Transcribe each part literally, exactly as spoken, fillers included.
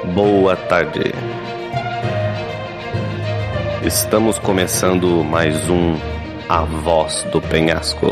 boa tarde. Estamos começando mais um A Voz do Penhasco.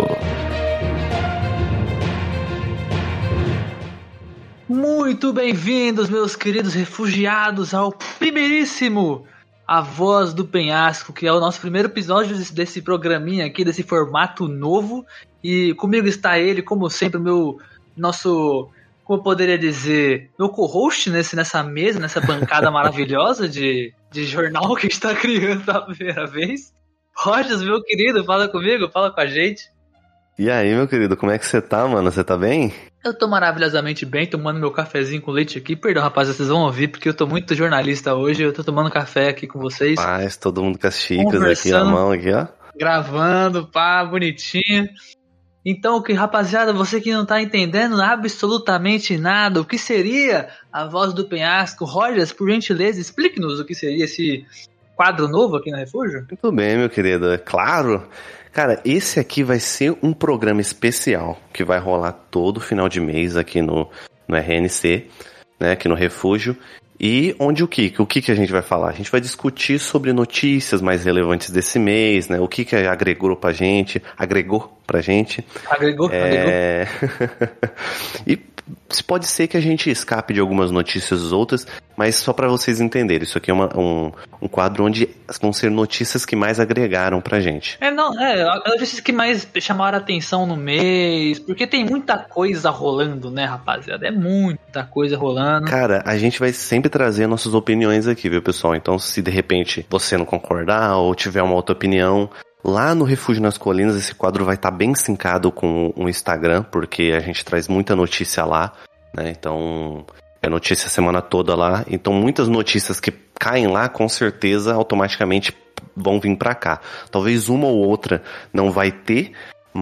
Muito bem-vindos, meus queridos refugiados, ao primeiríssimo A Voz do Penhasco, que é o nosso primeiro episódio desse, desse programinha aqui, desse formato novo. E comigo está ele, como sempre, o meu nosso... como eu poderia dizer, meu co-host nesse, nessa mesa, nessa bancada maravilhosa de, de jornal que a gente está criando pela primeira vez. Rogers, meu querido, fala comigo, fala com a gente. E aí, meu querido, como é que você tá, mano? Você tá bem? Eu tô maravilhosamente bem, tomando meu cafezinho com leite aqui. Perdão, rapaziada, vocês vão ouvir, porque eu tô muito jornalista hoje. Eu tô tomando café aqui com vocês. Paz, todo mundo com as xícaras aqui na mão, aqui, ó. Gravando, pá, bonitinho. Então, que rapaziada, você que não tá entendendo absolutamente nada, o que seria A Voz do Penhasco? Rogers, por gentileza, explique-nos o que seria esse quadro novo aqui no Refúgio. Muito bem, meu querido, é claro. Cara, esse aqui vai ser um programa especial que vai rolar todo final de mês aqui no, no R N C, né, aqui no Refúgio. E onde o que? O que que a gente vai falar? A gente vai discutir sobre notícias mais relevantes desse mês, né? O que que agregou pra gente, agregou pra gente. Agregou, é... agregou. E pode ser que a gente escape de algumas notícias outras, mas só pra vocês entenderem, isso aqui é uma, um, um quadro onde vão ser notícias que mais agregaram pra gente. É, não, é, notícias que mais chamaram a atenção no mês, porque tem muita coisa rolando, né, rapaziada? É muita coisa rolando. Cara, a gente vai sempre trazer nossas opiniões aqui, viu, pessoal? Então, se de repente você não concordar ou tiver uma outra opinião, lá no Refúgio nas Colinas, esse quadro vai estar bem sincado com o Instagram, porque a gente traz muita notícia lá, né? Então, é notícia a semana toda lá. Então, muitas notícias que caem lá, com certeza, automaticamente vão vir pra cá. Talvez uma ou outra não vai ter,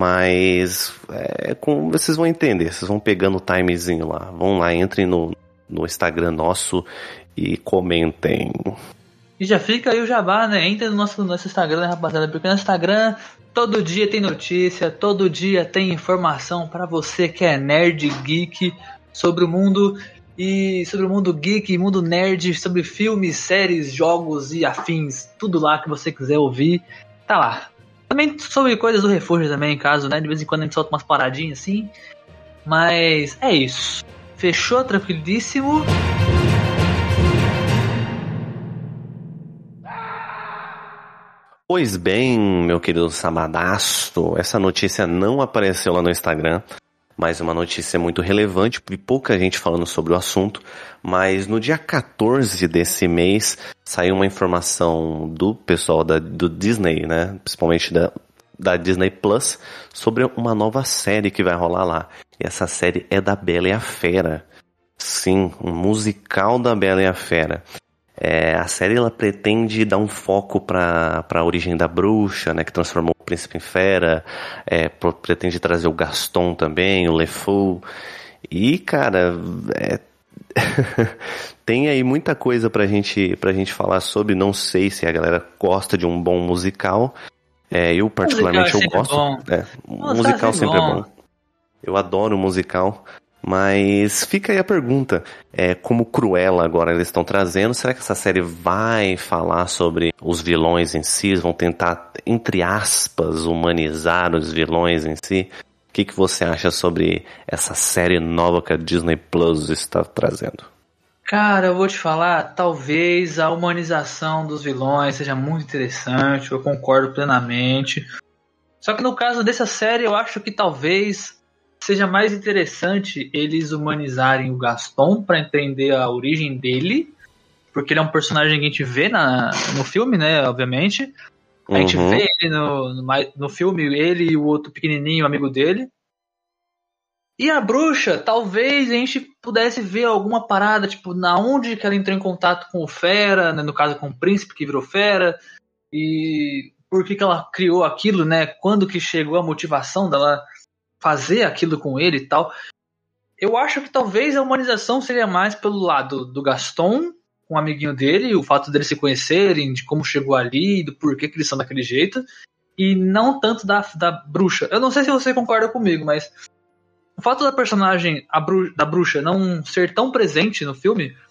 mas é, com, vocês vão entender. Vocês vão pegando o timezinho lá. Vão lá, entrem no, no Instagram nosso e comentem. E já fica aí o jabá, né? Entra no nosso, nosso Instagram, né, rapaziada? Porque no Instagram todo dia tem notícia, todo dia tem informação pra você que é nerd, geek, sobre o mundo e sobre o mundo geek, mundo nerd, sobre filmes, séries, jogos e afins. Tudo lá que você quiser ouvir, tá lá. Também sobre coisas do Refúgio também, caso, né? De vez em quando a gente solta umas paradinhas assim. Mas é isso. Fechou, tranquilíssimo. Pois bem, meu querido Samadasto, essa notícia não apareceu lá no Instagram, mas uma notícia muito relevante e pouca gente falando sobre o assunto. Mas no dia quatorze desse mês saiu uma informação do pessoal da, do Disney, né, principalmente da, da Disney Plus, sobre uma nova série que vai rolar lá. E essa série é da Bela e a Fera. Sim, um musical da Bela e a Fera. É, a série ela pretende dar um foco para a origem da bruxa, né, que transformou o príncipe em fera, é, pretende trazer o Gaston também, o LeFou, e cara, é... tem aí muita coisa pra gente, pra gente falar sobre. Não sei se a galera gosta de um bom musical, é, eu particularmente eu gosto, é, Nossa, musical sempre bom. é bom, eu adoro musical. Mas fica aí a pergunta, é, como Cruella agora eles estão trazendo, será que essa série vai falar sobre os vilões em si? Vão tentar, entre aspas, humanizar os vilões em si? O que, que você acha sobre essa série nova que a Disney Plus está trazendo? Cara, eu vou te falar, talvez a humanização dos vilões seja muito interessante, eu concordo plenamente. Só que no caso dessa série, eu acho que talvez seja mais interessante eles humanizarem o Gaston para entender a origem dele, porque ele é um personagem que a gente vê na, no filme, né, obviamente. A uhum. gente vê ele no, no, no filme, ele e o outro pequenininho amigo dele. E a bruxa, talvez a gente pudesse ver alguma parada, tipo, na onde que ela entrou em contato com o Fera, né, no caso com o príncipe que virou Fera, e por que que ela criou aquilo, né, quando que chegou a motivação dela fazer aquilo com ele e tal. Eu acho que talvez a humanização seria mais pelo lado do Gaston, com um amiguinho dele, o fato deles se conhecerem, de como chegou ali, do porquê que eles são daquele jeito, e não tanto da, da bruxa. Eu não sei se você concorda comigo, mas o fato da personagem a bru- da bruxa não ser tão presente no filme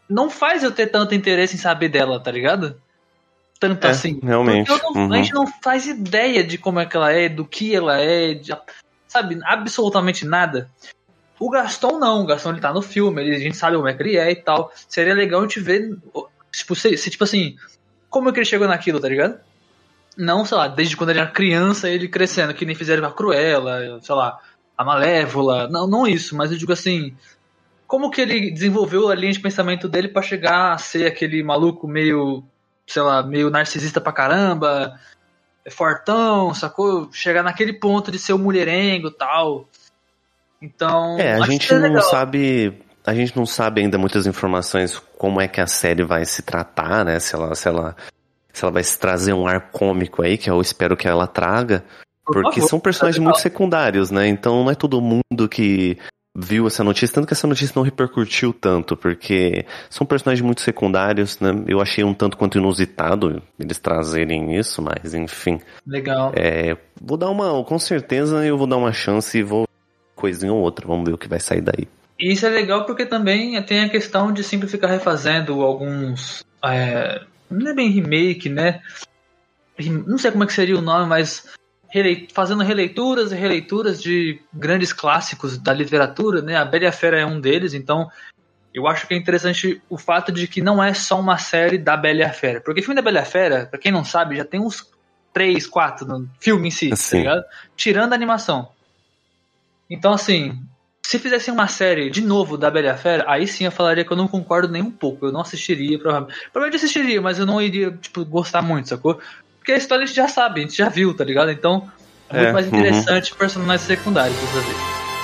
não faz eu ter tanto interesse em saber dela, tá ligado? Tanto é, assim. Realmente. Porque eu não, uhum. a gente não faz ideia de como é que ela é, do que ela é, de, sabe, absolutamente nada. O Gaston não, o Gaston ele tá no filme, ele, a gente sabe como é que ele é e tal. Seria legal a gente ver, tipo, se, se, tipo assim, como é que ele chegou naquilo, tá ligado? Não, sei lá, desde quando ele era criança, ele crescendo, que nem fizeram com a Cruella, sei lá, a Malévola. Não, não isso, mas eu digo assim, como que ele desenvolveu a linha de pensamento dele pra chegar a ser aquele maluco meio, sei lá, meio narcisista pra caramba, fortão, sacou? Chegar naquele ponto de ser o mulherengo e tal. Então, É, a acho gente que é não legal. sabe, a gente não sabe ainda muitas informações como é que a série vai se tratar, né? Se ela, se ela, se ela vai se trazer um ar cômico aí, que eu espero que ela traga, Por porque favor, são personagens tá muito legal. secundários, né? Então não é todo mundo que viu essa notícia, tanto que essa notícia não repercutiu tanto, porque são personagens muito secundários, né? Eu achei um tanto quanto inusitado eles trazerem isso, mas enfim. Legal. É, vou dar uma, com certeza eu vou dar uma chance e vou coisinha ou outra, vamos ver o que vai sair daí. E isso é legal porque também tem a questão de sempre ficar refazendo alguns. É, não é bem remake, né? Não sei como é que seria o nome, mas relei- fazendo releituras e releituras de grandes clássicos da literatura, né? A Bela e a Fera é um deles, então eu acho que é interessante o fato de que não é só uma série da Bela e a Fera. Porque o filme da Bela e a Fera, pra quem não sabe, já tem uns três, quatro no filme em si, Sim. tá ligado? Tirando a animação. Então, assim, se fizessem uma série de novo da Bela e a Fera, aí sim eu falaria que eu não concordo nem um pouco. Eu não assistiria, provavelmente. Provavelmente assistiria, mas eu não iria, tipo, gostar muito, sacou? Porque a história a gente já sabe, a gente já viu, tá ligado? Então, é muito É, mais uhum. interessante personagens secundários dessa vez.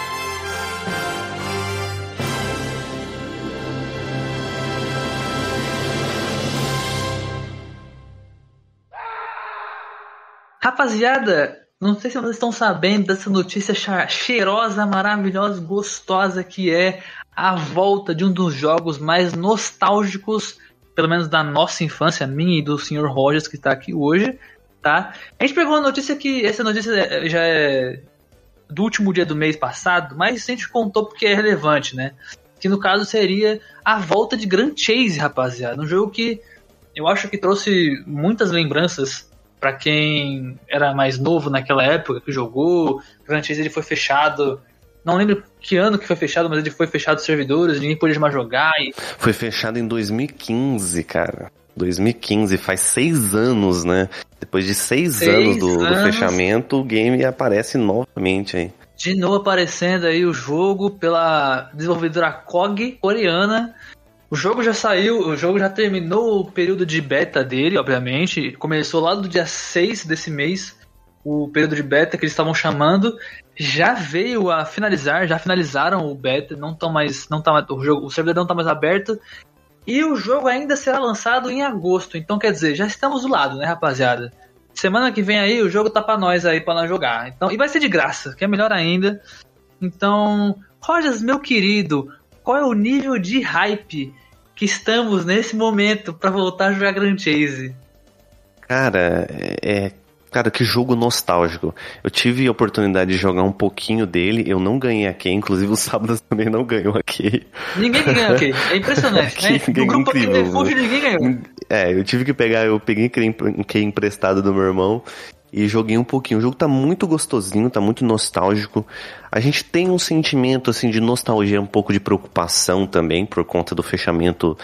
Rapaziada, não sei se vocês estão sabendo dessa notícia cheirosa, maravilhosa, gostosa que é a volta de um dos jogos mais nostálgicos, pelo menos da nossa infância, minha e do senhor Rogers que está aqui hoje, tá? A gente pegou uma notícia que, essa notícia já é do último dia do mês passado, mas a gente contou porque é relevante, né? Que no caso seria a volta de Grand Chase, rapaziada, um jogo que eu acho que trouxe muitas lembranças para quem era mais novo naquela época, que jogou. Grand Chase ele foi fechado, não lembro que ano que foi fechado, mas ele foi fechado os servidores, ninguém podia mais jogar. E... Foi fechado em dois mil e quinze, cara. dois mil e quinze, faz seis anos, né? Depois de seis, seis anos, do, anos do fechamento, o game aparece novamente aí. De novo aparecendo aí o jogo pela desenvolvedora C O G coreana. O jogo já saiu, o jogo já terminou o período de beta dele, obviamente. Começou lá do dia seis desse mês, o período de beta que eles estavam chamando. Já veio a finalizar, já finalizaram o beta, não tão mais, não tá, o, jogo, o servidor não está mais aberto. E o jogo ainda será lançado em agosto. Então, quer dizer, já estamos do lado, né, rapaziada? Semana que vem aí, o jogo tá pra nós aí, pra nós jogar. Então, e vai ser de graça, que é melhor ainda. Então, Rogers, meu querido, qual é o nível de hype que estamos nesse momento pra voltar a jogar Grand Chase? Cara, é... Cara, que jogo nostálgico. Eu tive a oportunidade de jogar um pouquinho dele, eu não ganhei a key, inclusive o Sábados também não ganhou a key. Ninguém ganhou a key, é impressionante, né? No grupo aqui de Default, ninguém ganhou. É, eu tive que pegar, eu peguei key emprestado do meu irmão e joguei um pouquinho. O jogo tá muito gostosinho, tá muito nostálgico. A gente tem um sentimento, assim, de nostalgia, um pouco de preocupação também, por conta do fechamento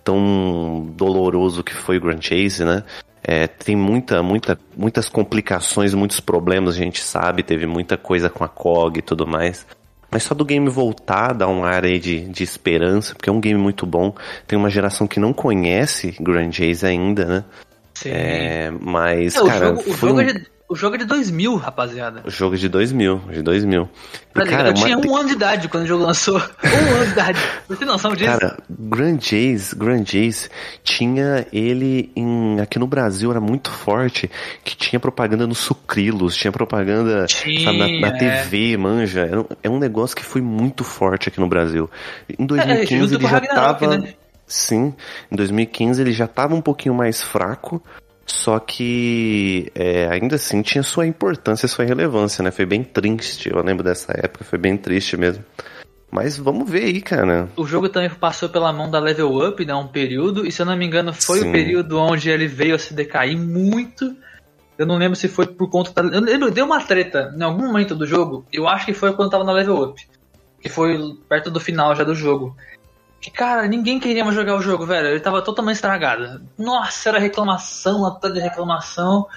tão doloroso que foi o Grand Chase, né? É, tem muita, muita, muitas complicações, muitos problemas, a gente sabe, teve muita coisa com a C O G e tudo mais. Mas só do game voltar, dá um ar aí de, de esperança, porque é um game muito bom. Tem uma geração que não conhece Grand Chase ainda, né? Sim. É, mas, é, cara... O jogo, o foi jogo um... é de... O jogo é de dois mil, rapaziada. O jogo é de dois mil, de dois mil. E, cara, eu uma... tinha um ano de idade quando o jogo lançou. Um ano de idade. Você tem noção disso? Cara, Grand Chase, Grand Chase tinha ele em... Aqui no Brasil era muito forte, que tinha propaganda no Sucrilos, tinha propaganda tinha, sabe, na, na é. T V, manja. É um negócio que foi muito forte aqui no Brasil. Em dois mil e quinze é, ele já Ragnarok, tava... Né? Sim, em dois mil e quinze ele já tava um pouquinho mais fraco, só que é, ainda assim tinha sua importância, sua relevância, né? Foi bem triste, eu lembro dessa época, foi bem triste mesmo. Mas vamos ver aí, cara. O jogo também passou pela mão da Level Up, né, um período, e se eu não me engano foi Sim. o período onde ele veio a se decair muito. Eu não lembro se foi por conta da... Eu lembro, deu uma treta em algum momento do jogo, eu acho que foi quando tava na Level Up, que foi perto do final já do jogo. Que, cara, ninguém queria mais jogar o jogo, velho, ele tava totalmente estragado. Nossa, era reclamação, atrás de reclamação.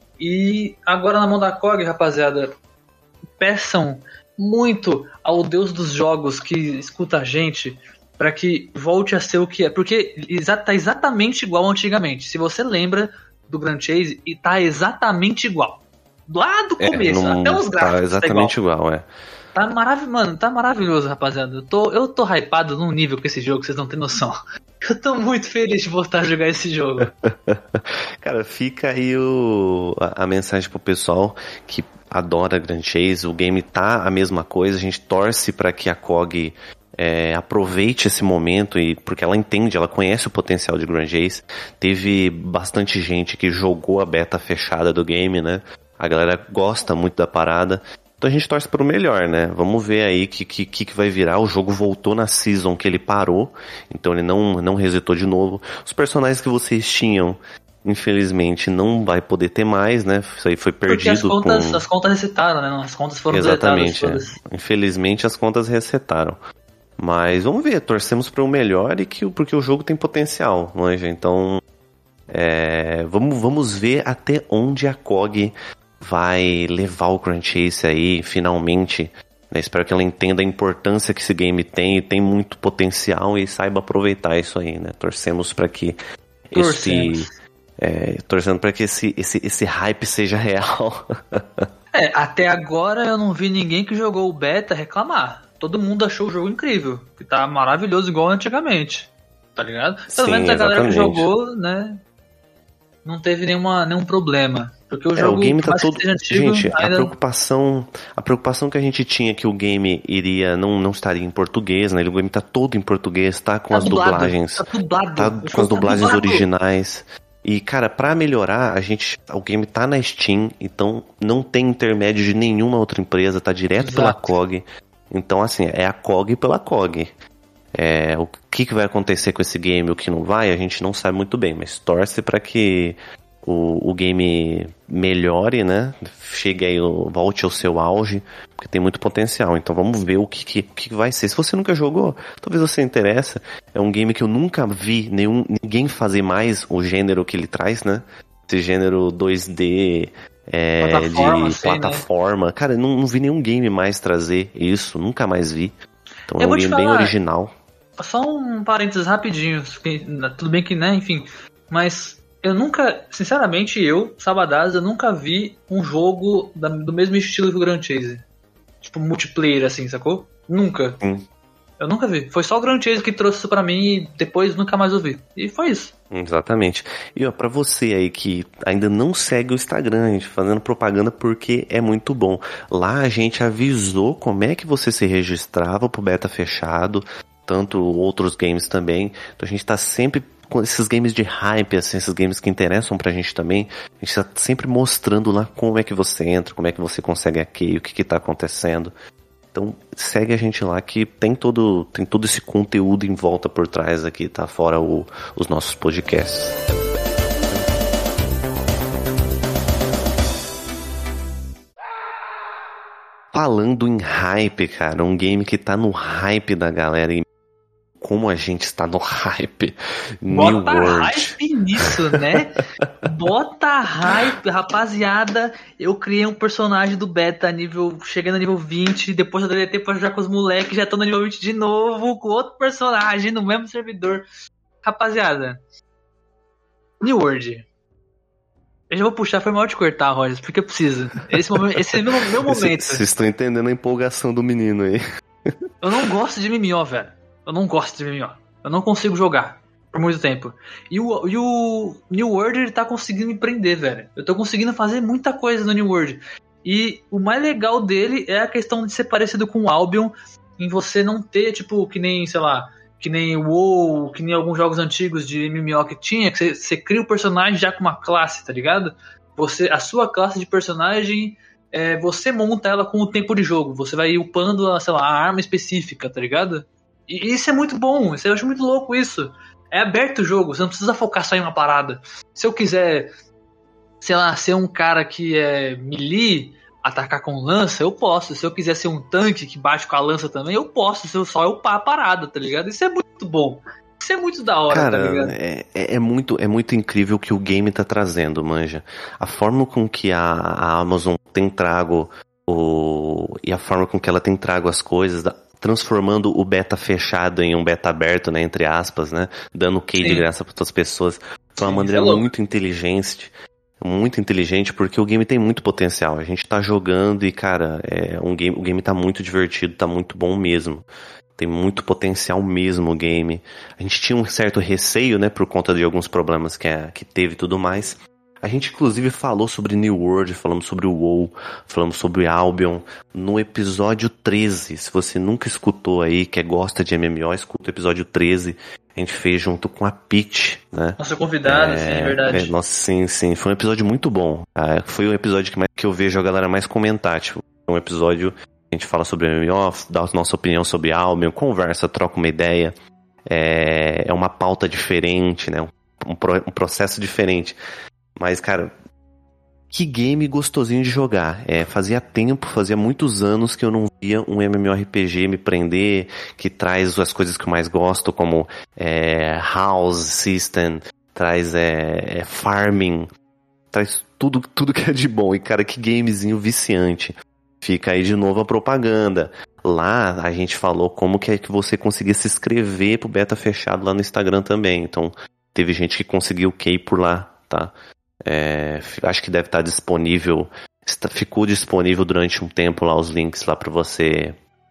E agora na mão da C O G, rapaziada, peçam muito ao Deus dos jogos que escuta a gente para que volte a ser o que é, porque tá exatamente igual antigamente. Se você lembra do Grand Chase, e tá exatamente igual. Lá do começo, é, não, até os gráficos. Tá exatamente tá igual. igual, é. Tá maravilhoso, mano, tá maravilhoso, rapaziada. Eu tô, eu tô hypado num nível com esse jogo que vocês não têm noção. Eu tô muito feliz de voltar a jogar esse jogo. Cara, fica aí o, a, a mensagem pro pessoal que adora Grand Chase. O game tá a mesma coisa, a gente torce para que a C O G é, aproveite esse momento, e porque ela entende, ela conhece o potencial de Grand Chase. Teve bastante gente que jogou a beta fechada do game, né? A galera gosta muito da parada. Então a gente torce pro melhor, né? Vamos ver aí o que, que, que vai virar. O jogo voltou na season que ele parou, então ele não, não resetou de novo. Os personagens que vocês tinham, infelizmente, não vai poder ter mais, né? Isso aí foi perdido. Porque as contas, com... as contas resetaram, né? As contas foram Exatamente, deletadas. É. Infelizmente as contas resetaram. Mas vamos ver, torcemos pro melhor, e que, porque o jogo tem potencial, manja. Então, é, vamos, vamos ver até onde a C O G vai levar o Grand Chase aí, finalmente. Né? Espero que ela entenda a importância que esse game tem, e tem muito potencial, e saiba aproveitar isso aí, né? Torcemos para que Torcemos. esse... É, torcendo para que esse, esse, esse hype seja real. É, até agora eu não vi ninguém que jogou o beta reclamar. Todo mundo achou o jogo incrível, que tá maravilhoso igual antigamente, tá ligado? Pelo Sim, menos a galera que exatamente. jogou, né, não teve nenhuma, nenhum problema. Porque o É, jogo, o game tá mais que todo... seja antigo, Gente, ainda... a preocupação a preocupação que a gente tinha que o game iria não, não estaria em português, né? O game tá todo em português, tá com Tá as dublado, dublagens, tá dublado, tá o com jogo as tá dublagens dublado. originais. E, cara, pra melhorar, a gente, o game tá na Steam, então não tem intermédio de nenhuma outra empresa, tá direto Exato. pela C O G. Então, assim, é a C O G pela C O G. É, o que, que vai acontecer com esse game, o que não vai, a gente não sabe muito bem, mas torce pra que o, o game melhore, né? Chegue aí, volte ao seu auge, porque tem muito potencial. Então vamos ver o que, que, que vai ser. Se você nunca jogou, talvez você interessa. É um game que eu nunca vi nenhum, ninguém fazer mais o gênero que ele traz, né? Esse gênero dois D, é, Plataforma, de assim, plataforma. Né? Cara, eu não, não vi nenhum game mais trazer isso, nunca mais vi. Então Eu é um vou te game bem falar, original. Só um parênteses rapidinho, que, tudo bem que, né, enfim, mas eu nunca, sinceramente, eu, Sabadaz, eu nunca vi um jogo da, do mesmo estilo que o Grand Chase. Tipo, multiplayer, assim, sacou? Nunca. Hum. Eu nunca vi. Foi só o Grand Chase que trouxe isso pra mim e depois nunca mais ouvi. E foi isso. Exatamente. E ó, pra você aí que ainda não segue o Instagram, a gente fazendo propaganda porque é muito bom. Lá a gente avisou como é que você se registrava pro beta fechado, tanto outros games também. Então a gente tá sempre com esses games de hype, assim, esses games que interessam pra gente também. A gente tá sempre mostrando lá como é que você entra, como é que você consegue a key, o que que tá acontecendo. Então segue a gente lá que tem todo, tem todo esse conteúdo em volta por trás aqui, tá? Fora o, os nossos podcasts. Falando em hype, cara, um game que tá no hype da galera, e como a gente está no hype. New Bota World. hype nisso, né? Bota hype, rapaziada. Eu criei um personagem do beta nível, chegando a nível vinte, depois eu deletei pra jogar com os moleques, já tô no nível vinte de novo, com outro personagem no mesmo servidor. Rapaziada, New World. Eu já vou puxar, foi mal de cortar, Rogers, porque eu preciso. Esse, momento, esse é meu, meu momento. Vocês estão entendendo a empolgação do menino aí. Eu não gosto de M M O, velho. Eu não gosto de M M O. Eu não consigo jogar por muito tempo. E o, e o New World, ele tá conseguindo me prender, velho. Eu tô conseguindo fazer muita coisa no New World. E o mais legal dele é a questão de ser parecido com o Albion, em você não ter, tipo, que nem, sei lá, que nem o WoW, que nem alguns jogos antigos de M M O que tinha, que você, você cria o personagem já com uma classe, tá ligado? Você, a sua classe de personagem é, você monta ela com o tempo de jogo. Você vai upando, a, sei lá, a arma específica, tá ligado? E isso é muito bom, eu acho muito louco isso. É aberto o jogo, você não precisa focar só em uma parada. Se eu quiser, sei lá, ser um cara que é melee, atacar com lança, eu posso. Se eu quiser ser um tanque que bate com a lança também, eu posso. Se eu só upar a parada, tá ligado? Isso é muito bom. Isso é muito da hora, cara, tá ligado? É, é, muito, é muito incrível o que o game tá trazendo, manja. A forma com que a, a Amazon tem trago o, e a forma com que ela tem trago as coisas, da, transformando o beta fechado em um beta aberto, né, entre aspas, né, dando key de graça para outras pessoas, foi uma Sim, maneira é muito inteligente, muito inteligente, porque o game tem muito potencial. A gente tá jogando e, cara, é um game, o game tá muito divertido, tá muito bom mesmo. Tem muito potencial mesmo o game. A gente tinha um certo receio, né, por conta de alguns problemas que, é, que teve e tudo mais. A gente, inclusive, falou sobre New World, falamos sobre o WoW, falamos sobre Albion no episódio treze. Se você nunca escutou aí, que gosta de M M O, escuta o episódio treze. A gente fez junto com a Peach, né? Nossa convidada, é, sim, é verdade. É, nossa, sim, sim. Foi um episódio muito bom. Ah, foi o episódio que, mais, que eu vejo a galera mais comentar. Tipo, um episódio que a gente fala sobre M M O, dá a nossa opinião sobre Albion, conversa, troca uma ideia. É, é uma pauta diferente, né? Um, pro, um processo diferente. Mas, cara, que game gostosinho de jogar. É, fazia tempo, fazia muitos anos que eu não via um MMORPG me prender, que traz as coisas que eu mais gosto, como é, House System, traz é, é, Farming, traz tudo, tudo que é de bom. E, cara, que gamezinho viciante. Fica aí de novo a propaganda. Lá a gente falou como que é que você conseguia se inscrever pro beta fechado lá no Instagram também. Então, teve gente que conseguiu o key por lá, tá? É, acho que deve estar disponível, ficou disponível durante um tempo lá os links lá para você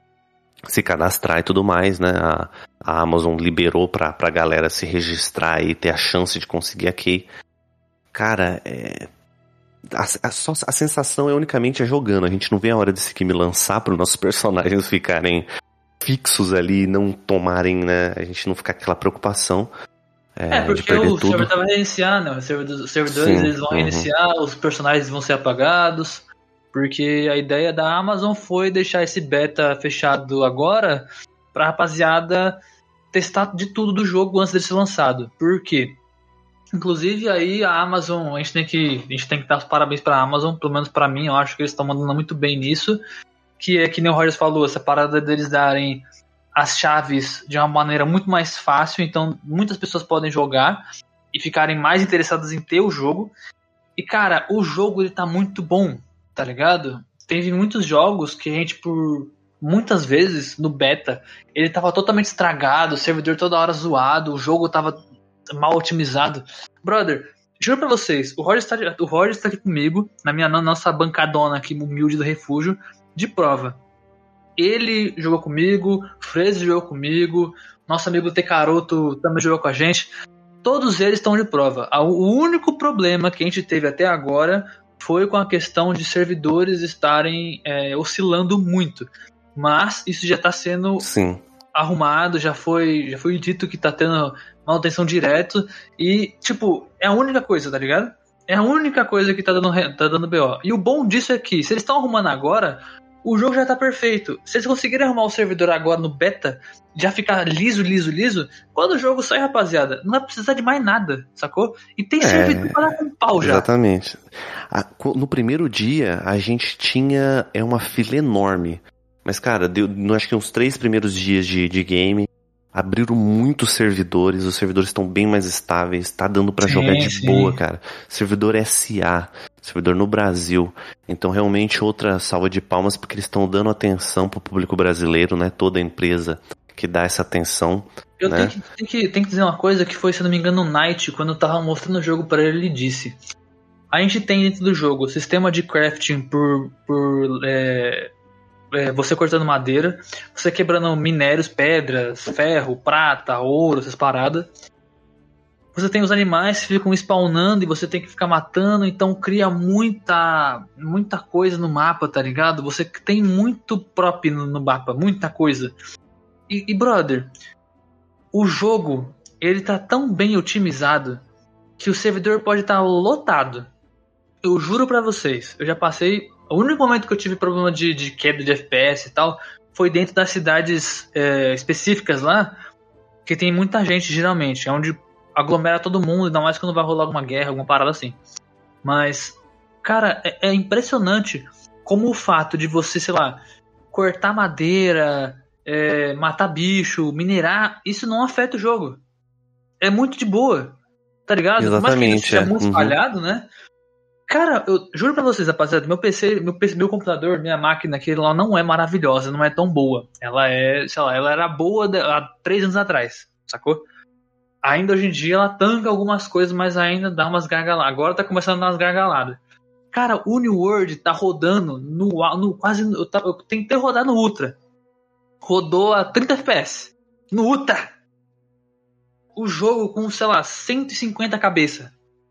se cadastrar e tudo mais, né? A, a Amazon liberou pra, pra galera se registrar e ter a chance de conseguir a key. Cara, é, a, a, só, a sensação é unicamente é jogando. A gente não vê a hora desse game lançar para os nossos personagens ficarem fixos ali e não tomarem, né? A gente não ficar com aquela preocupação. É, é porque o tudo. servidor vai reiniciar, né? Os servidores, os servidores Sim, eles vão uhum. reiniciar, os personagens vão ser apagados, porque a ideia da Amazon foi deixar esse beta fechado agora pra rapaziada testar de tudo do jogo antes dele ser lançado. Por quê? Inclusive aí a Amazon, a gente tem que, a gente tem que dar os parabéns pra Amazon, pelo menos pra mim, eu acho que eles estão mandando muito bem nisso, que é que nem o Rogers falou, essa parada deles darem as chaves de uma maneira muito mais fácil, então muitas pessoas podem jogar e ficarem mais interessadas em ter o jogo. E cara, o jogo ele tá muito bom, tá ligado? Teve muitos jogos que a gente, por muitas vezes no beta, ele tava totalmente estragado, o servidor toda hora zoado, o jogo tava mal otimizado. Brother, juro pra vocês, o Roger está, o Roger está aqui comigo, na minha na nossa bancadona aqui humilde do refúgio, de prova. Ele jogou comigo, o Freze jogou comigo, nosso amigo Tecaroto também jogou com a gente. Todos eles estão de prova. O único problema que a gente teve até agora foi com a questão de servidores estarem é, oscilando muito. Mas isso já está sendo Sim. arrumado, já foi, já foi dito que está tendo manutenção direto. E, tipo, é a única coisa, tá ligado? É a única coisa que tá dando, tá dando B O. E o bom disso é que, se eles estão arrumando agora, o jogo já tá perfeito. Se eles conseguirem arrumar o servidor agora no beta, já ficar liso, liso, liso, quando o jogo sai, rapaziada, não vai precisar de mais nada, sacou? E tem é, servidor pra dar com pau já. Exatamente. No primeiro dia, a gente tinha é uma fila enorme. Mas, cara, deu, acho que uns três primeiros dias de, de game, abriram muitos servidores, os servidores estão bem mais estáveis, tá dando pra sim, jogar de sim. boa, cara. Servidor S A, servidor no Brasil. Então, realmente, outra salva de palmas, porque eles estão dando atenção pro público brasileiro, né? Toda empresa que dá essa atenção. Eu né? tenho, que, tenho, que, tenho que dizer uma coisa que foi, se não me engano, o Knight, quando eu tava mostrando o jogo pra ele, ele disse: a gente tem dentro do jogo sistema de crafting por... por é... É, você cortando madeira, você quebrando minérios, pedras, ferro, prata, ouro, essas paradas. Você tem os animais que ficam spawnando e você tem que ficar matando, então cria muita muita coisa no mapa, tá ligado? Você tem muito prop no, no mapa, muita coisa. E, e, brother, o jogo, ele tá tão bem otimizado que o servidor pode estar lotado. Eu juro pra vocês, eu já passei O único momento que eu tive problema de, de queda de F P S e tal foi dentro das cidades é, específicas lá, que tem muita gente geralmente, é onde aglomera todo mundo, ainda mais quando vai rolar alguma guerra, alguma parada assim. Mas, cara, é, é impressionante como o fato de você, sei lá, cortar madeira, é, matar bicho, minerar, isso não afeta o jogo. É muito de boa, tá ligado? Exatamente, por mais que isso seja é. muito Uhum. espalhado, né? Cara, eu juro pra vocês, rapaziada, meu P C, meu P C, meu computador, minha máquina aqui, ela não é maravilhosa, não é tão boa. Ela é, sei lá, ela era boa de, há três anos atrás, sacou? Ainda hoje em dia ela tanca algumas coisas, mas ainda dá umas gargaladas. Agora tá começando a dar umas gargaladas. Cara, o New World tá rodando no, no quase. Eu, tá, eu tentei rodar no Ultra. Rodou a trinta F P S. No Ultra! O jogo com, sei lá, cento e cinquenta cabeça.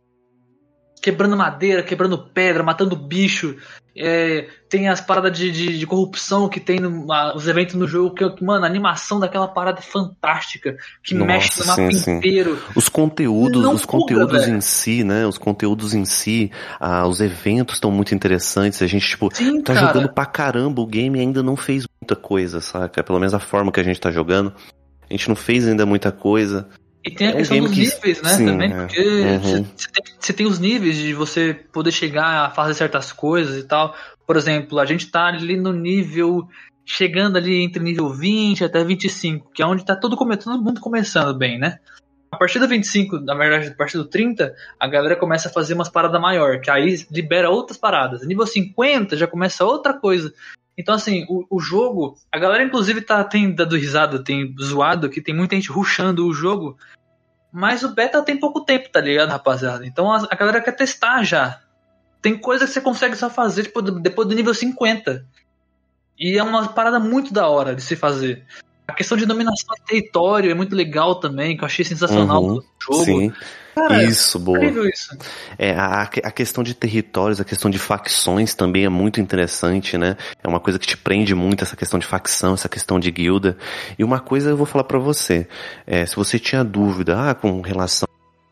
Quebrando madeira, quebrando pedra, matando bicho. É, tem as paradas de, de, de corrupção que tem no, a, os eventos no jogo. Que, mano, a animação daquela parada é fantástica. Que Nossa, mexe no mapa sim, inteiro. Sim. Os conteúdos, Não os buga, conteúdos velho. em si, né? Os conteúdos em si, ah, os eventos estão muito interessantes. A gente, tipo, Sim, tá cara. jogando pra caramba. O game ainda não fez muita coisa, saca? Pelo menos a forma que a gente tá jogando. A gente não fez ainda muita coisa. E tem a É um questão game dos que- níveis, né, sim, também, é. porque Uhum. você tem, você tem os níveis de você poder chegar a fazer certas coisas e tal. Por exemplo, a gente tá ali no nível, chegando ali entre nível vinte até vinte e cinco, que é onde tá todo, come- todo mundo começando bem, né? A partir do vinte e cinco, na verdade, a partir do trinta, a galera começa a fazer umas paradas maior, que aí libera outras paradas. Nível cinquenta já começa outra coisa. Então, assim, o, o jogo... A galera, inclusive, tá, tem dado risada, tem zoado, que tem muita gente rushando o jogo. Mas o beta tem pouco tempo, tá ligado, rapaziada? Então a, a galera quer testar já. Tem coisa que você consegue só fazer tipo, depois do nível cinquenta. E é uma parada muito da hora de se fazer. A questão de dominação de território é muito legal também, que eu achei sensacional Uhum. do jogo. Sim. Cara, Isso, boa. incrível isso. É, a, a questão de territórios, a questão de facções também é muito interessante, né? É uma coisa que te prende muito, essa questão de facção, essa questão de guilda. E uma coisa eu vou falar pra você, é, se você tinha dúvida, ah, com relação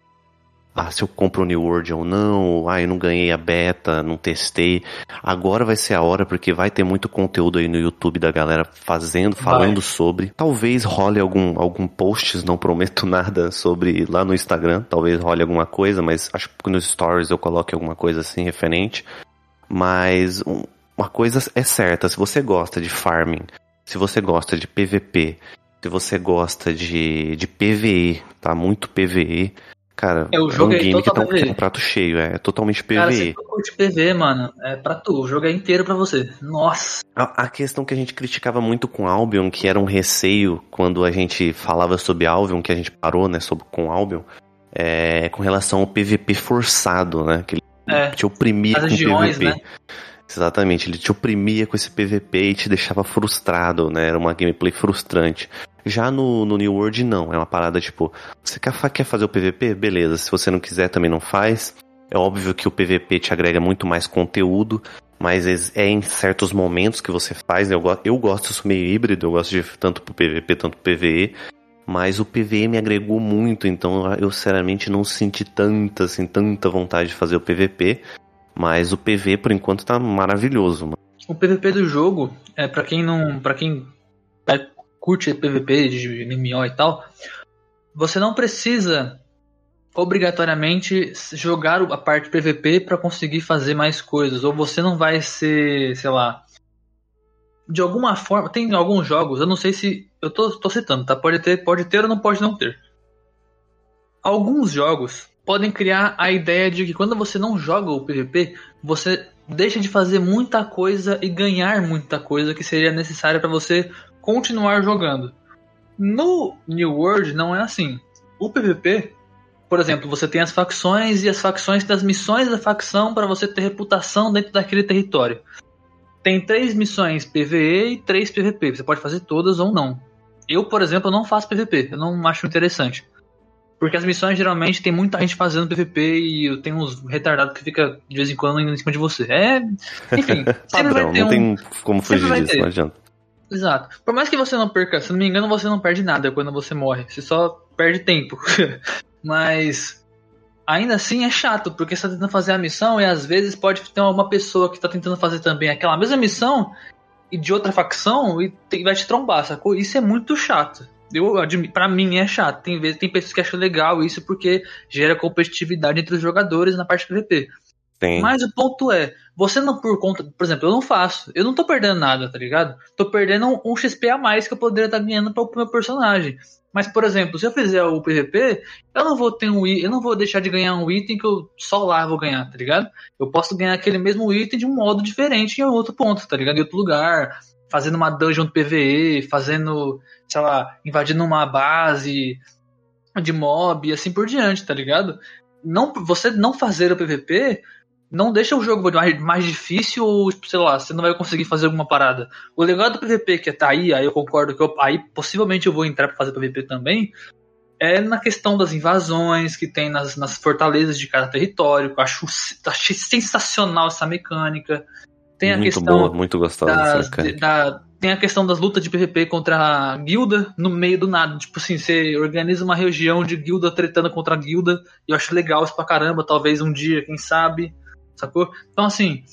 ah, se eu compro o New World ou não, ah, eu não ganhei a beta, não testei. Agora vai ser a hora, porque vai ter muito conteúdo aí no YouTube da galera fazendo, falando Vai. sobre. Talvez role algum, algum posts, não prometo nada sobre lá no Instagram. Talvez role alguma coisa, mas acho que nos stories eu coloque alguma coisa assim referente. Mas um, uma coisa é certa, se você gosta de farming, se você gosta de P V P, se você gosta de, de P V E, tá? Muito P V E. Cara, É, o é um jogo é game que tá total que é P V E. um prato cheio, é, é totalmente Cara, se P V E. tu curte P V, mano, é pra tu. O jogo é inteiro pra você. Nossa. A, a questão que a gente criticava muito com Albion, que era um receio quando a gente falava sobre Albion, que a gente parou, né, sobre, com Albion, é com relação ao P V P forçado, né, que ele É, te oprimia as com regiões, P V P. né? Exatamente, ele te oprimia com esse P V P e te deixava frustrado, né? Era uma gameplay frustrante. Já no, no New World, não. É uma parada tipo, você quer, quer fazer o P V P? Beleza. Se você não quiser, também não faz. É óbvio que o P V P te agrega muito mais conteúdo, mas é em certos momentos que você faz. Né? Eu, gosto, eu gosto, eu sou meio híbrido, eu gosto de tanto pro P V P, tanto pro P V E. Mas o P V E me agregou muito, então eu sinceramente não senti tanta, assim, tanta vontade de fazer o P V P. Mas o P V, por enquanto, tá maravilhoso, mano. O P V P do jogo, é para quem não, para quem é, curte P V P de M M O e tal, você não precisa obrigatoriamente jogar a parte P V P para conseguir fazer mais coisas, ou você não vai ser, sei lá, de alguma forma, tem alguns jogos, eu não sei se eu tô, tô citando, tá? Pode ter, pode ter ou não pode não ter. Alguns jogos podem criar a ideia de que quando você não joga o P V P, você deixa de fazer muita coisa e ganhar muita coisa que seria necessária para você continuar jogando. No New World não é assim. O P V P, por exemplo, você tem as facções e as facções das missões da facção para você ter reputação dentro daquele território. Tem três missões P V E e três P V P. Você pode fazer todas ou não. Eu, por exemplo, não faço P V P. Eu não acho interessante. Porque as missões geralmente tem muita gente fazendo P V P e eu tenho uns retardados que fica de vez em quando indo em cima de você. É. Enfim, sempre vai Padrão, ter não um. tem como sempre fugir vai disso, ter. não adianta. Exato. Por mais que você não perca, se não me engano, você não perde nada quando você morre. Você só perde tempo. Mas ainda assim é chato, porque você tá tentando fazer a missão e às vezes pode ter uma pessoa que tá tentando fazer também aquela mesma missão e de outra facção e te, vai te trombar, sacou? Isso é muito chato. Eu admito, pra mim é chato. Tem vezes, tem pessoas que acham legal isso porque gera competitividade entre os jogadores na parte P V P. Sim. Mas o ponto é, você não por conta, por exemplo, eu não faço, eu não tô perdendo nada, tá ligado? Tô perdendo um, um X P a mais que eu poderia estar ganhando pro meu personagem. Mas, por exemplo, se eu fizer o P V P, eu não vou ter um eu não vou deixar de ganhar um item que eu só lá vou ganhar, tá ligado? Eu posso ganhar aquele mesmo item de um modo diferente em outro ponto, tá ligado? Em outro lugar, fazendo uma dungeon do P V E, fazendo, sei lá, invadindo uma base de mob e assim por diante, tá ligado? Não, você não fazer o P V P não deixa o jogo mais, mais difícil ou, sei lá, você não vai conseguir fazer alguma parada. O legal do P V P que tá aí, aí eu concordo que eu, aí possivelmente eu vou entrar pra fazer P V P também, é na questão das invasões que tem nas, nas fortalezas de cada território, que eu acho, achei sensacional essa mecânica. Tem a muito questão boa, muito gostosa das, essa mecânica. da, tem a questão das lutas de P V P contra a guilda no meio do nada. Tipo assim, você organiza uma região de guilda tretando contra a guilda, e eu acho legal isso pra caramba, talvez um dia, quem sabe... Sacou? Então, assim,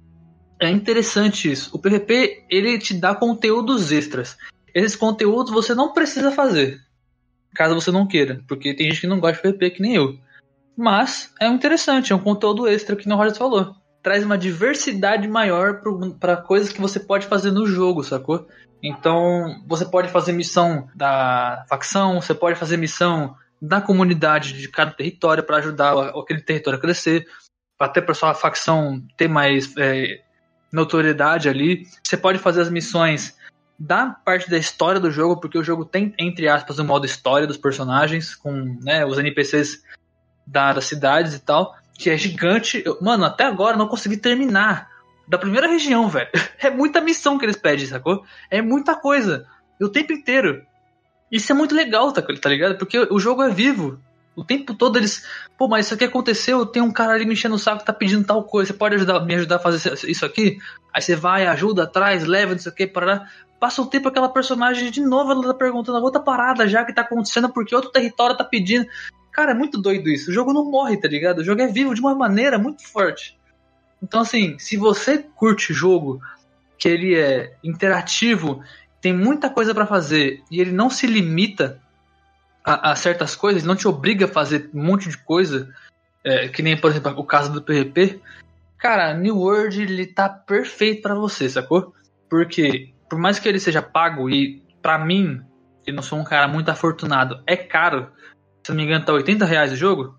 é interessante isso. O P V P, ele te dá conteúdos extras. Esses conteúdos você não precisa fazer, caso você não queira, porque tem gente que não gosta de P V P, que nem eu. Mas é interessante, é um conteúdo extra, que o Roger falou. Traz uma diversidade maior para coisas que você pode fazer no jogo, sacou? Então, você pode fazer missão da facção, você pode fazer missão da comunidade de cada território para ajudar aquele território a crescer, até para sua facção ter mais é, notoriedade ali. Você pode fazer as missões da parte da história do jogo, porque o jogo tem, entre aspas, o modo história dos personagens, com, né, os N P Cs da, das cidades e tal, que é gigante. Eu, mano, até agora eu não consegui terminar da primeira região, velho. É muita missão que eles pedem, sacou? É muita coisa, o tempo inteiro. Isso é muito legal, tá, tá ligado? Porque o jogo é vivo. O tempo todo eles... Pô, mas isso aqui aconteceu, tem um cara ali me enchendo o saco que tá pedindo tal coisa. Você pode ajudar, me ajudar a fazer isso aqui? Aí você vai, ajuda, traz, leva, não sei o que, parará. Passa um tempo aquela personagem de novo, ela tá perguntando outra parada já que tá acontecendo porque outro território tá pedindo. Cara, é muito doido isso. O jogo não morre, tá ligado? O jogo é vivo de uma maneira muito forte. Então, assim, se você curte jogo que ele é interativo, tem muita coisa pra fazer e ele não se limita A, a certas coisas, não te obriga a fazer um monte de coisa, é, que nem, por exemplo, o caso do P V P. Cara, New World, ele tá perfeito pra você, sacou? Porque, por mais que ele seja pago, e pra mim, eu não sou um cara muito afortunado, é caro. Se não me engano, tá oitenta reais o jogo?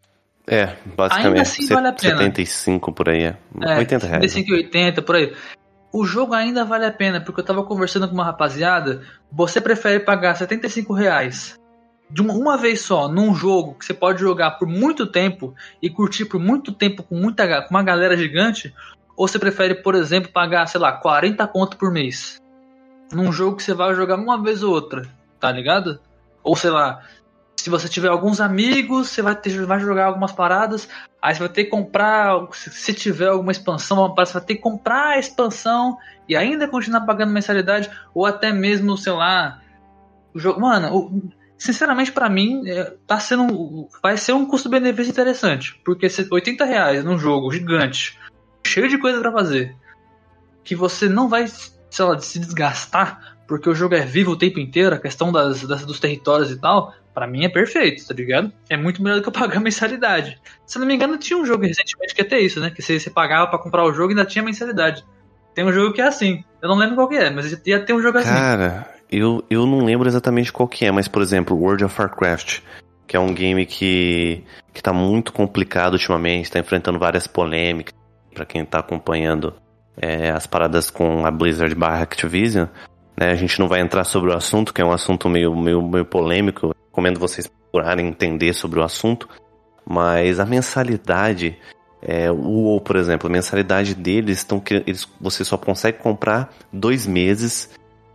É, basicamente. Ainda assim vale a pena. setenta e cinco por aí, é. É, oitenta reais. setenta e cinco e oitenta, por aí. O jogo ainda vale a pena, porque eu tava conversando com uma rapaziada, você prefere pagar setenta e cinco reais de uma, uma vez só, num jogo que você pode jogar por muito tempo e curtir por muito tempo com, muita, com uma galera gigante, ou você prefere, por exemplo, pagar, sei lá, quarenta conto por mês num jogo que você vai jogar uma vez ou outra, tá ligado? Ou sei lá, se você tiver alguns amigos, você vai, ter, vai jogar algumas paradas, aí você vai ter que comprar, se tiver alguma expansão, você vai ter que comprar a expansão e ainda continuar pagando mensalidade, ou até mesmo, sei lá, o jogo, mano, o, sinceramente, pra mim, tá sendo, vai ser um custo-benefício interessante. Porque oitenta reais num jogo gigante, cheio de coisa pra fazer, que você não vai, sei lá, se desgastar, porque o jogo é vivo o tempo inteiro, a questão das, das, dos territórios e tal, pra mim é perfeito, tá ligado? É muito melhor do que eu pagar mensalidade. Se não me engano, tinha um jogo recentemente que ia ter isso, né? Que você, você pagava pra comprar o jogo e ainda tinha mensalidade. Tem um jogo que é assim. Eu não lembro qual que é, mas ia ter um jogo assim. Cara... Eu, eu não lembro exatamente qual que é, mas, por exemplo, World of Warcraft, que é um game que, que tá muito complicado ultimamente, tá enfrentando várias polêmicas, pra quem tá acompanhando é, as paradas com a Blizzard barra Activision, né, a gente não vai entrar sobre o assunto, que é um assunto meio, meio, meio polêmico, eu recomendo vocês procurarem entender sobre o assunto, mas a mensalidade, é, o WoW, por exemplo, a mensalidade deles, tão, eles, você só consegue comprar dois meses.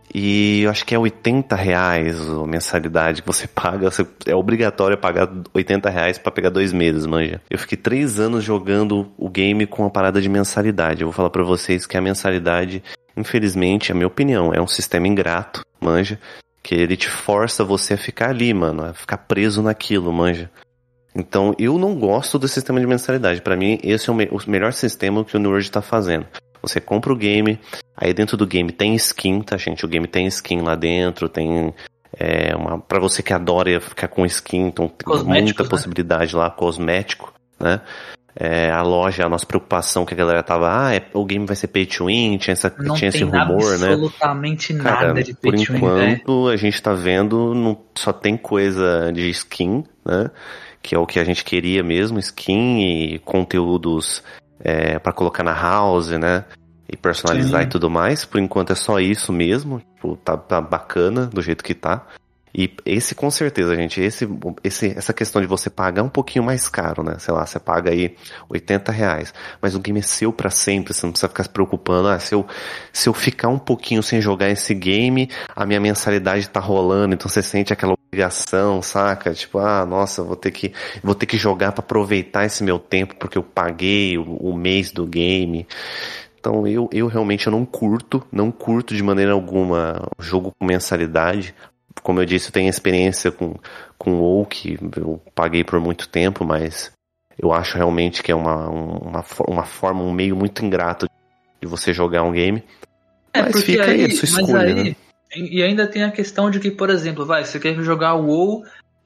E eu acho que é oitenta reais a mensalidade que você paga. Você, é obrigatório pagar oitenta reais pra pegar dois meses, manja. Eu fiquei três anos jogando o game com a parada de mensalidade. Eu vou falar pra vocês que a mensalidade, infelizmente, é a minha opinião, é um sistema ingrato, manja. Que ele te força você a ficar ali, mano, a ficar preso naquilo, manja. Então, eu não gosto do sistema de mensalidade. Pra mim, esse é o, me- o melhor sistema que o New World tá fazendo. Você compra o game, aí dentro do game tem skin, tá, gente? O game tem skin lá dentro, tem... É, uma, pra você que adora ficar com skin, então tem muita né? possibilidade lá, cosmético, né? É, a loja, a nossa preocupação que a galera tava, ah, é, o game vai ser pay to win, tinha, essa, Não tinha esse tem rumor, né? absolutamente Cara, nada de por pay to win, enquanto né? a gente tá vendo, não, só tem coisa de skin, né? Que é o que a gente queria mesmo, skin e conteúdos é, para colocar na house, né? E personalizar Sim. e tudo mais. Por enquanto é só isso mesmo. Tipo, tá, tá bacana do jeito que tá. E esse com certeza, gente, esse, esse, essa questão de você pagar um pouquinho mais caro, né? Sei lá, você paga aí oitenta reais, mas o game é seu pra sempre, você não precisa ficar se preocupando, ah, se eu, se eu ficar um pouquinho sem jogar esse game, a minha mensalidade tá rolando, então você sente aquela obrigação, saca? Tipo, ah, nossa, vou ter que, vou ter que jogar pra aproveitar esse meu tempo, porque eu paguei o, o mês do game. Então eu, eu realmente eu não curto, não curto de maneira alguma o jogo com mensalidade. Como eu disse, eu tenho experiência com, com o WoW, que eu paguei por muito tempo, mas eu acho realmente que é uma, uma, uma forma, um meio muito ingrato de você jogar um game. É, mas porque fica aí, aí, a sua mas escolha, aí, né? e ainda tem a questão de que, por exemplo, vai, você quer jogar o WoW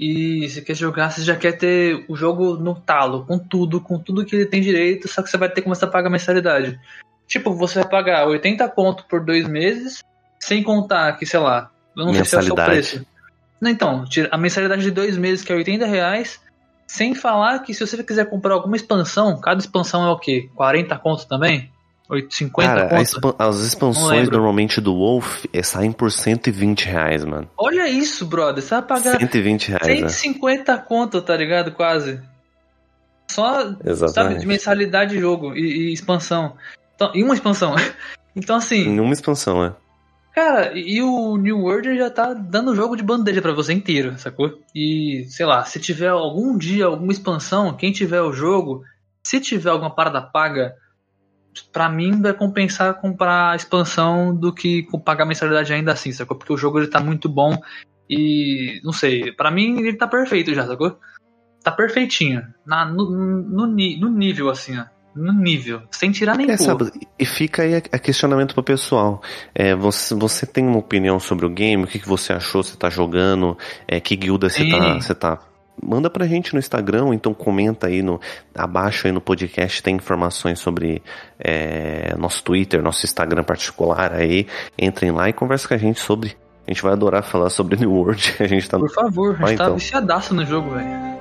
e você quer jogar, você já quer ter o jogo no talo, com tudo, com tudo que ele tem direito, só que você vai ter que começar a pagar mensalidade. Tipo, você vai pagar oitenta conto por dois meses, sem contar que, sei lá, eu não sei se é o seu preço. Não, então, a mensalidade de dois meses, que é oitenta reais, sem falar que se você quiser comprar alguma expansão, cada expansão é o quê? quarenta conto também? cinquenta Cara, conto? expan- as expansões normalmente do Wolf é, saem por cento e vinte reais, mano. Olha isso, brother. Você vai pagar cento e vinte reais, cento e cinquenta conto, tá ligado? Quase. Só, Exatamente. sabe, de mensalidade de jogo e, e expansão. Então, e uma expansão. Então, assim... Nenhuma expansão, é. Cara, e o New World já tá dando jogo de bandeja pra você inteiro, sacou? E, sei lá, se tiver algum dia alguma expansão, quem tiver o jogo, se tiver alguma parada paga, pra mim vai compensar comprar a expansão do que pagar mensalidade ainda assim, sacou? Porque o jogo ele tá muito bom e, não sei, pra mim ele tá perfeito já, sacou? Tá perfeitinho, na, no, no, no nível assim, ó. No nível, sem tirar nem é, pôr. sabe, e fica aí a questionamento pro pessoal. É, você, você tem uma opinião sobre o game? O que, que você achou? Você tá jogando? É, que guilda você tá, você tá? Manda pra gente no Instagram, ou então comenta aí no, abaixo aí no podcast, tem informações sobre é, nosso Twitter, nosso Instagram particular aí. Entrem lá e conversa com a gente sobre. A gente vai adorar falar sobre New World. A gente tá Por favor, a gente ah, tá então. viciadaço no jogo, velho.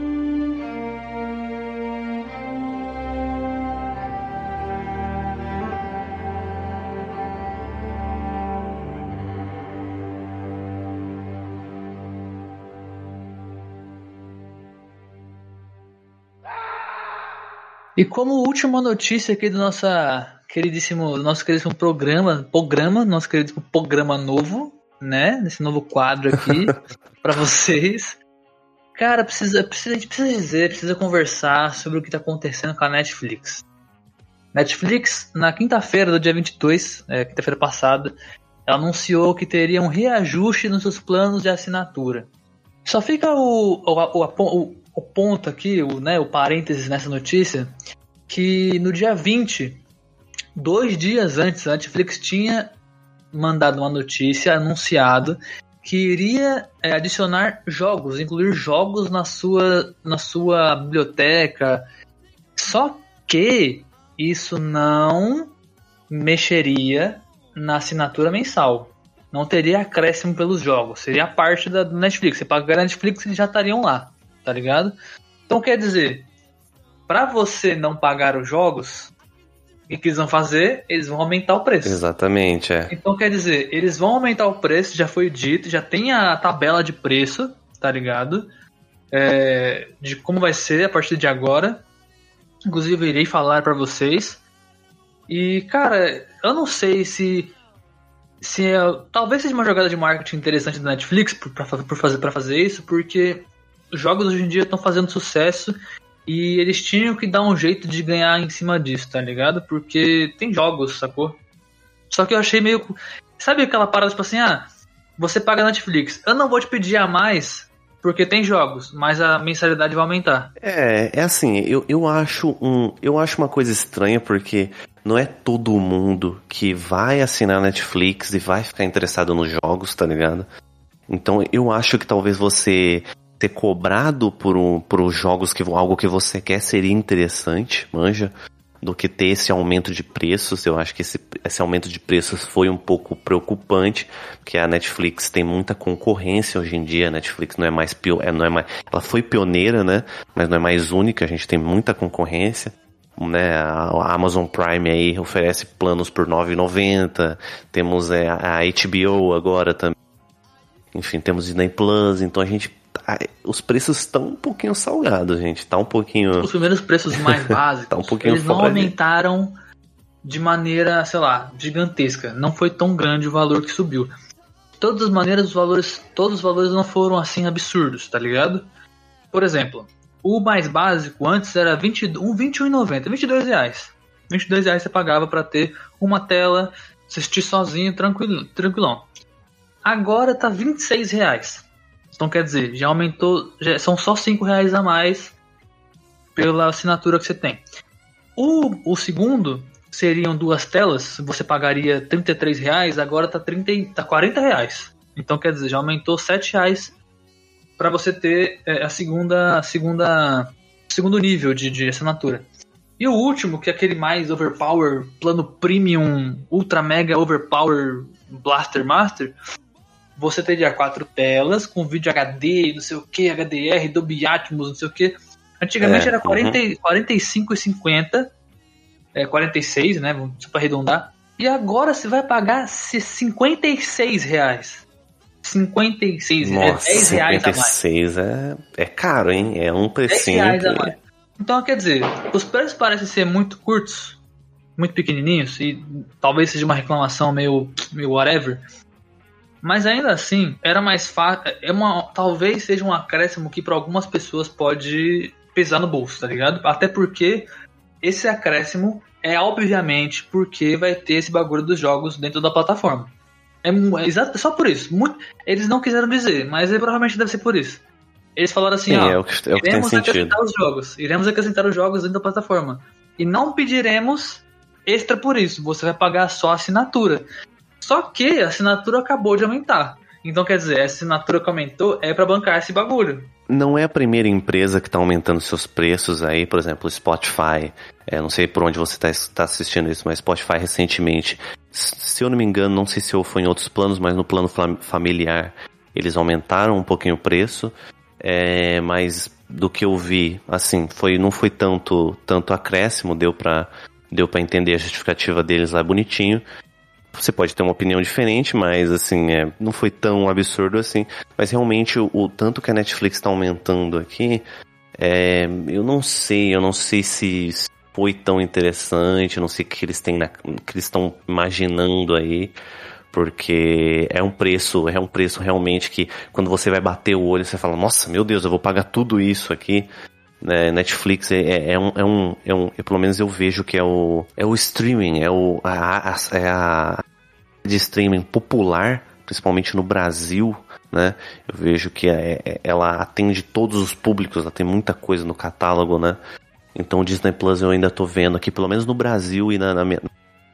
E como última notícia aqui do nossa queridíssimo, nosso queridíssimo programa, programa, nosso queridíssimo programa novo, né? Nesse novo quadro aqui para vocês. Cara, precisa, precisa, a gente precisa dizer, precisa conversar sobre o que tá acontecendo com a Netflix. Netflix, na quinta-feira do dia vinte e dois, é, quinta-feira passada, ela anunciou que teria um reajuste nos seus planos de assinatura. Só fica o, o, o, o o ponto aqui, o, né, o parênteses nessa notícia, que no dia vinte, dois dias antes, a Netflix tinha mandado uma notícia, anunciado, que iria é, adicionar jogos, incluir jogos na sua, na sua biblioteca, só que isso não mexeria na assinatura mensal. Não teria acréscimo pelos jogos, seria a parte da Netflix. Você pagar a Netflix, eles já estariam lá. Tá ligado? Então quer dizer, pra você não pagar os jogos, o que, que eles vão fazer? Eles vão aumentar o preço. Exatamente, é. Então quer dizer, eles vão aumentar o preço, já foi dito, já tem a tabela de preço, tá ligado? É, de como vai ser a partir de agora. Inclusive eu irei falar pra vocês. E cara, eu não sei se se é, talvez seja uma jogada de marketing interessante da Netflix por, pra, por fazer, pra fazer isso, porque os jogos hoje em dia estão fazendo sucesso e eles tinham que dar um jeito de ganhar em cima disso, tá ligado? Porque tem jogos, sacou? Só que eu achei meio... Sabe aquela parada tipo assim, ah, você paga a Netflix, eu não vou te pedir a mais porque tem jogos, mas a mensalidade vai aumentar. É, é assim, eu, eu acho um, eu acho uma coisa estranha, porque não é todo mundo que vai assinar a Netflix e vai ficar interessado nos jogos, tá ligado? Então eu acho que talvez você ser cobrado por, um, por os jogos, que algo que você quer, seria interessante, manja, do que ter esse aumento de preços. Eu acho que esse, esse aumento de preços foi um pouco preocupante, porque a Netflix tem muita concorrência hoje em dia. A Netflix não é mais, pio, não é mais, ela foi pioneira, né, mas não é mais única. A gente tem muita concorrência, né? A Amazon Prime aí oferece planos por nove reais e noventa centavos, temos é, a H B O agora também, enfim, temos Disney Plus. Então a gente, os preços estão um pouquinho salgados, gente. Tá um pouquinho... Os primeiros preços mais básicos, tá um pouquinho eles não fora aumentaram de maneira, sei lá, gigantesca. Não foi tão grande o valor que subiu. De todas as maneiras, os valores, todos os valores não foram assim absurdos, tá ligado? Por exemplo, o mais básico antes era vinte e um reais e noventa centavos, vinte e dois reais. vinte e dois reais você pagava pra ter uma tela, assistir sozinho, tranquilo, tranquilão. Agora tá vinte e seis reais. Então quer dizer, já aumentou, já são só cinco reais a mais pela assinatura que você tem. O, o segundo seriam duas telas, você pagaria trinta e três reais, agora tá, trinta, tá quarenta reais. Então quer dizer, já aumentou sete reais para você ter é, a segunda, a segunda, segundo nível de, de assinatura. E o último, que é aquele mais overpower, plano premium, ultra mega overpower Blaster Master, você teria quatro telas com vídeo H D, não sei o que, H D R, Dolby Atmos, não sei o que. Antigamente é, era quarenta, uhum. quarenta e cinco reais e cinquenta centavos, é, quarenta e seis, né, só para arredondar. E agora você vai pagar cinquenta e seis reais. cinquenta e seis reais, é dez reais a mais. cinquenta e seis é, é caro, hein? É um precinho. dez reais a mais. Então, quer dizer, os preços parecem ser muito curtos, muito pequenininhos, e talvez seja uma reclamação meio, meio whatever. Mas ainda assim, era mais fácil. É uma, talvez seja um acréscimo que para algumas pessoas pode pesar no bolso, tá ligado? Até porque esse acréscimo é obviamente porque vai ter esse bagulho dos jogos dentro da plataforma. É, é exato, só por isso. Muito, eles não quiseram dizer, mas é, provavelmente deve ser por isso. Eles falaram assim, Sim, ó, é o que, é o que iremos tem acrescentar sentido. os jogos, iremos acrescentar os jogos dentro da plataforma. E não pediremos extra por isso, você vai pagar só a assinatura. Só que a assinatura acabou de aumentar. Então, quer dizer, a assinatura que aumentou é pra bancar esse bagulho. Não é a primeira empresa que tá aumentando seus preços aí, por exemplo, o Spotify. É, não sei por onde você tá, tá assistindo isso, mas Spotify recentemente, se eu não me engano, não sei se foi em outros planos, mas no plano familiar, eles aumentaram um pouquinho o preço. É, mas do que eu vi, assim, foi, não foi tanto, tanto acréscimo, deu pra, deu pra entender a justificativa deles lá bonitinho. Você pode ter uma opinião diferente, mas assim, é, não foi tão absurdo assim. Mas realmente o, o tanto que a Netflix está aumentando aqui, é, eu não sei, eu não sei se foi tão interessante, eu não sei o que eles têm na, que eles estão imaginando aí, porque é um preço, é um preço realmente que quando você vai bater o olho, você fala, nossa, meu Deus, eu vou pagar tudo isso aqui. Né, Netflix é, é, é, um, é, um, é um, pelo menos eu vejo que é o, é o streaming, é, o, a, a, é a de streaming popular, principalmente no Brasil, né? Eu vejo que é, é, ela atende todos os públicos, ela tem muita coisa no catálogo, né? Então o Disney Plus eu ainda tô vendo aqui, pelo menos no Brasil e na, na minha...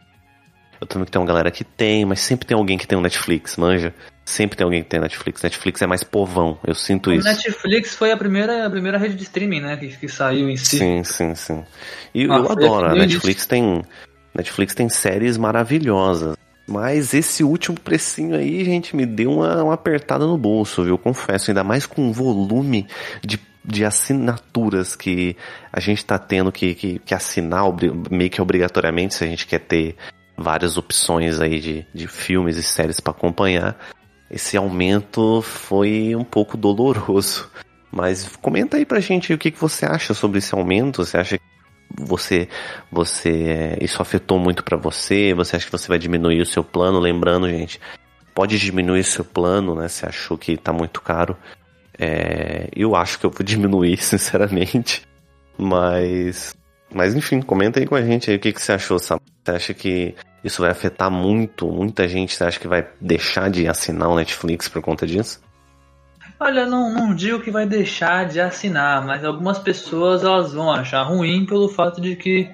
Eu tô vendo que tem uma galera que tem, mas sempre tem alguém que tem um Netflix, manja? Sempre tem alguém que tem Netflix. Netflix é mais povão, eu sinto o isso. Netflix foi a primeira, a primeira rede de streaming, né, que, que saiu em si. Sim, sim, sim. E ah, eu adoro, a Netflix isso. tem, Netflix tem séries maravilhosas. Mas esse último precinho aí, gente, me deu uma, uma apertada no bolso, viu? Confesso, ainda mais com o volume de, de assinaturas que a gente tá tendo que, que, que assinar meio que obrigatoriamente, se a gente quer ter várias opções aí de, de filmes e séries para acompanhar. Esse aumento foi um pouco doloroso. Mas comenta aí pra gente o que, que você acha sobre esse aumento. Você acha que você, você, isso afetou muito pra você? Você acha que você vai diminuir o seu plano? Lembrando, gente, pode diminuir o seu plano, né? Você achou que tá muito caro. É, eu acho que eu vou diminuir, sinceramente. Mas, mas enfim, comenta aí com a gente aí o que, que você achou, Sam. Você acha que isso vai afetar muito, muita gente? Você acha que vai deixar de assinar o Netflix por conta disso? Olha, não, não digo que vai deixar de assinar, mas algumas pessoas elas vão achar ruim pelo fato de que,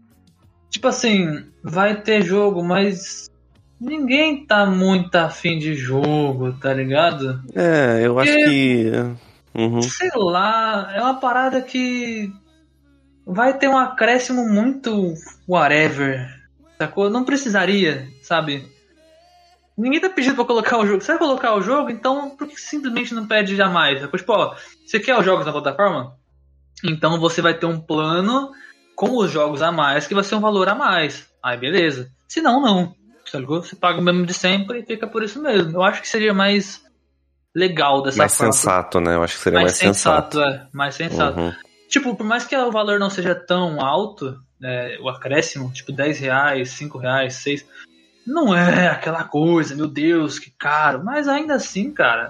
tipo assim, vai ter jogo, mas ninguém tá muito afim de jogo, tá ligado? É, eu Porque, acho que... Uhum. sei lá, é uma parada que vai ter um acréscimo muito whatever, sacou? Não precisaria, sabe? Ninguém tá pedindo pra colocar o jogo. Você vai colocar o jogo, então por que simplesmente não pede jamais? Tipo, ó, você quer os jogos na plataforma? Então você vai ter um plano com os jogos a mais que vai ser um valor a mais. Aí beleza. Se não, não. Você paga o mesmo de sempre e fica por isso mesmo. Eu acho que seria mais legal dessa mais forma. Mais sensato, né? Eu acho que seria mais, mais sensato. sensato. É, mais sensato. Uhum. Tipo, por mais que o valor não seja tão alto, é, o acréscimo, tipo dez reais, cinco reais, seis... Não é aquela coisa, meu Deus, que caro. Mas ainda assim, cara...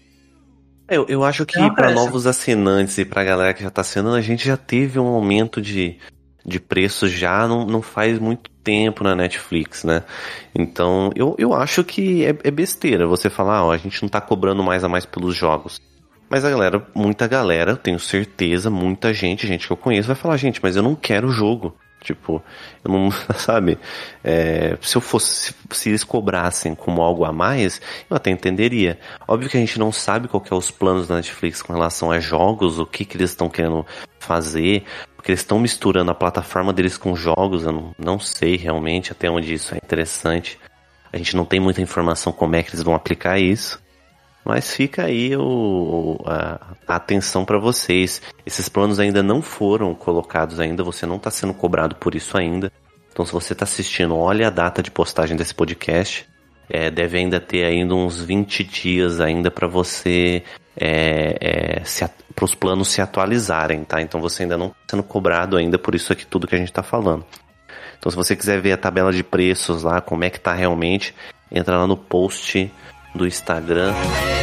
Eu, eu acho que para novos assinantes e pra galera que já tá assinando, a gente já teve um aumento de, de preço já não, não faz muito tempo na Netflix, né? Então, eu, eu acho que é, é besteira você falar, ó, a gente não tá cobrando mais a mais pelos jogos. Mas a galera, muita galera, eu tenho certeza, muita gente, gente que eu conheço, vai falar, gente, mas eu não quero o jogo. Tipo, eu não, sabe, é, se eu fosse, se eles cobrassem como algo a mais, eu até entenderia. Óbvio que a gente não sabe qual que é os planos da Netflix com relação a jogos, o que que eles estão querendo fazer, porque eles estão misturando a plataforma deles com jogos, eu não, não sei realmente até onde isso é interessante. A gente não tem muita informação como é que eles vão aplicar isso. Mas fica aí o, a, a atenção para vocês. Esses planos ainda não foram colocados ainda, você não está sendo cobrado por isso ainda. Então se você está assistindo, olha a data de postagem desse podcast. É, deve ainda ter ainda uns vinte dias ainda para você, é, é, para os planos se atualizarem, tá? Então você ainda não está sendo cobrado ainda por isso aqui tudo que a gente está falando. Então se você quiser ver a tabela de preços lá, como é que tá realmente, entra lá no post do Instagram.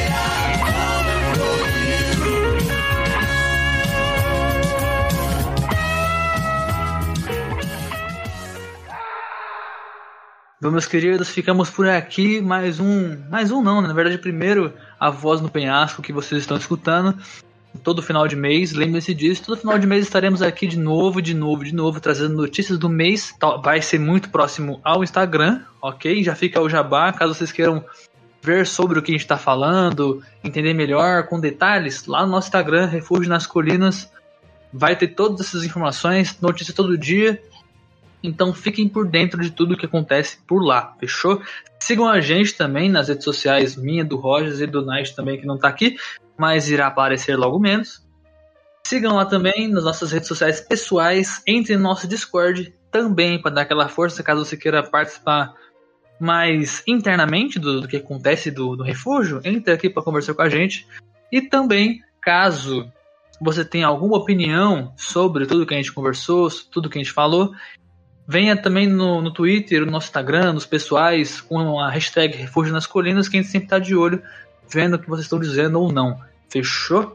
Bom, meus queridos, ficamos por aqui. Mais um, mais um não, né? Na verdade, primeiro a Voz no Penhasco que vocês estão escutando. Todo final de mês, lembre-se disso. Todo final de mês estaremos aqui de novo, de novo, de novo, trazendo notícias do mês. Vai ser muito próximo ao Instagram, ok? Já fica o jabá, caso vocês queiram ver sobre o que a gente está falando, entender melhor, com detalhes, lá no nosso Instagram, Refúgio nas Colinas, vai ter todas essas informações, notícias todo dia, então fiquem por dentro de tudo que acontece por lá, fechou? Sigam a gente também nas redes sociais, minha, do Rogers e do Night também, que não está aqui, mas irá aparecer logo menos. Sigam lá também nas nossas redes sociais pessoais, entre no nosso Discord também, para dar aquela força, caso você queira participar mais internamente do, do que acontece do, do refúgio, entre aqui para conversar com a gente. E também, caso você tenha alguma opinião sobre tudo que a gente conversou, tudo que a gente falou, venha também no, no Twitter, no nosso Instagram, nos pessoais, com a hashtag Refúgio nas Colinas, que a gente sempre está de olho, vendo o que vocês estão dizendo ou não. Fechou?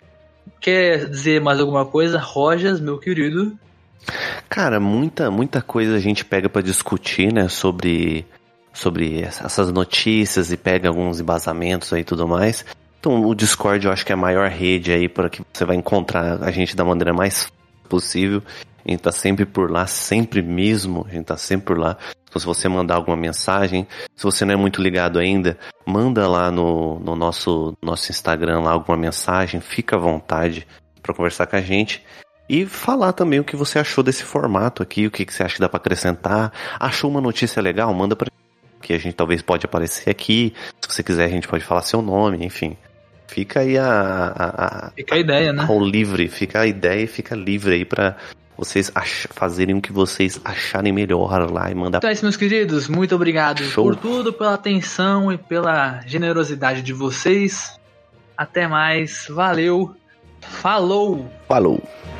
Quer dizer mais alguma coisa, Rojas, meu querido? Cara, muita, muita coisa a gente pega para discutir, né, sobre... sobre essas notícias e pega alguns embasamentos aí e tudo mais. Então o Discord eu acho que é a maior rede aí para que você vai encontrar a gente da maneira mais possível. A gente tá sempre por lá, sempre mesmo, a gente tá sempre por lá. Então se você mandar alguma mensagem, se você não é muito ligado ainda, manda lá no, no nosso, nosso Instagram lá alguma mensagem, fica à vontade para conversar com a gente. E falar também o que você achou desse formato aqui, o que, que você acha que dá para acrescentar. Achou uma notícia legal? Manda pra que a gente talvez pode aparecer aqui. Se você quiser, a gente pode falar seu nome, enfim. Fica aí a... a, a fica a ideia, né? Ao livre, fica a ideia e fica livre aí pra vocês ach- fazerem o que vocês acharem melhor lá e mandar... Então é isso, meus queridos. Muito obrigado Show. Por tudo, pela atenção e pela generosidade de vocês. Até mais. Valeu. Falou. Falou.